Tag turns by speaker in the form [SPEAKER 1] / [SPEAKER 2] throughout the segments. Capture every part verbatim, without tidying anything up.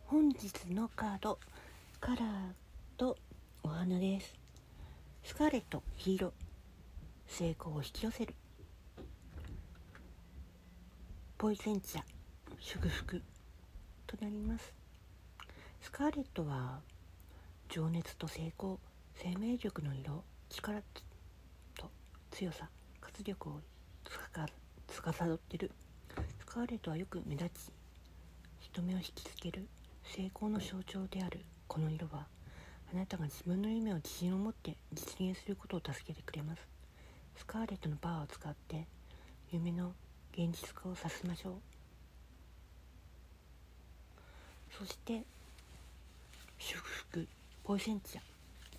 [SPEAKER 1] 本日のカード、カラーとお花です。スカーレット、黄色、成功を引き寄せる。ポイセンチャ、祝福となります。スカーレットは情熱と成功、生命力の色、力と強さ、活力をつかさどっている。スカーレットはよく目立ち、人目を引きつける成功の象徴である。この色はあなたが自分の夢を自信を持って実現することを助けてくれます。スカーレットのパワーを使って夢の現実化をさせましょう。そして祝福、ポイセンチャ。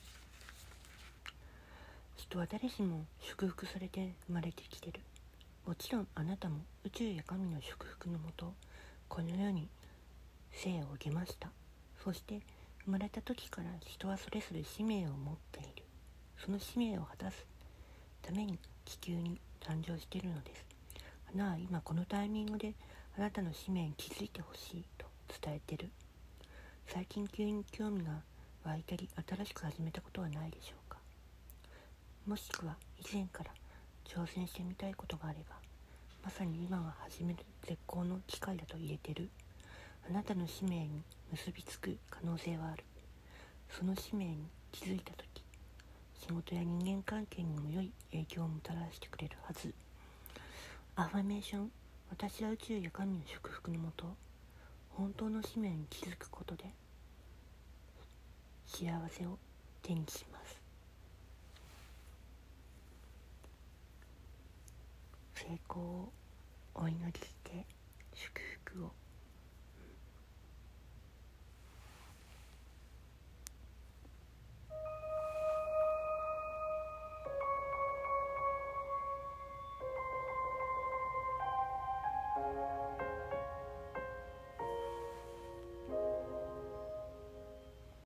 [SPEAKER 1] 人は誰しも祝福されて生まれてきてる。もちろんあなたも宇宙や神の祝福のもとこの世に生を受けました。そして生まれた時から人はそれぞれ使命を持っている。その使命を果たすために地球に誕生しているのです。花は今このタイミングであなたの使命に気づいてほしいと伝えてる。最近急に興味が湧いたり新しく始めたことはないでしょうか。もしくは以前から挑戦してみたいことがあれば、まさに今が始める絶好の機会だと言えてる。あなたの使命に結びつく可能性はある。その使命に気づいたとき、仕事や人間関係にも良い影響をもたらしてくれるはず。アファメーション、私は宇宙や神の祝福のもと、本当の使命に気づくことで幸せを手にします。成功をお祈りして祝福を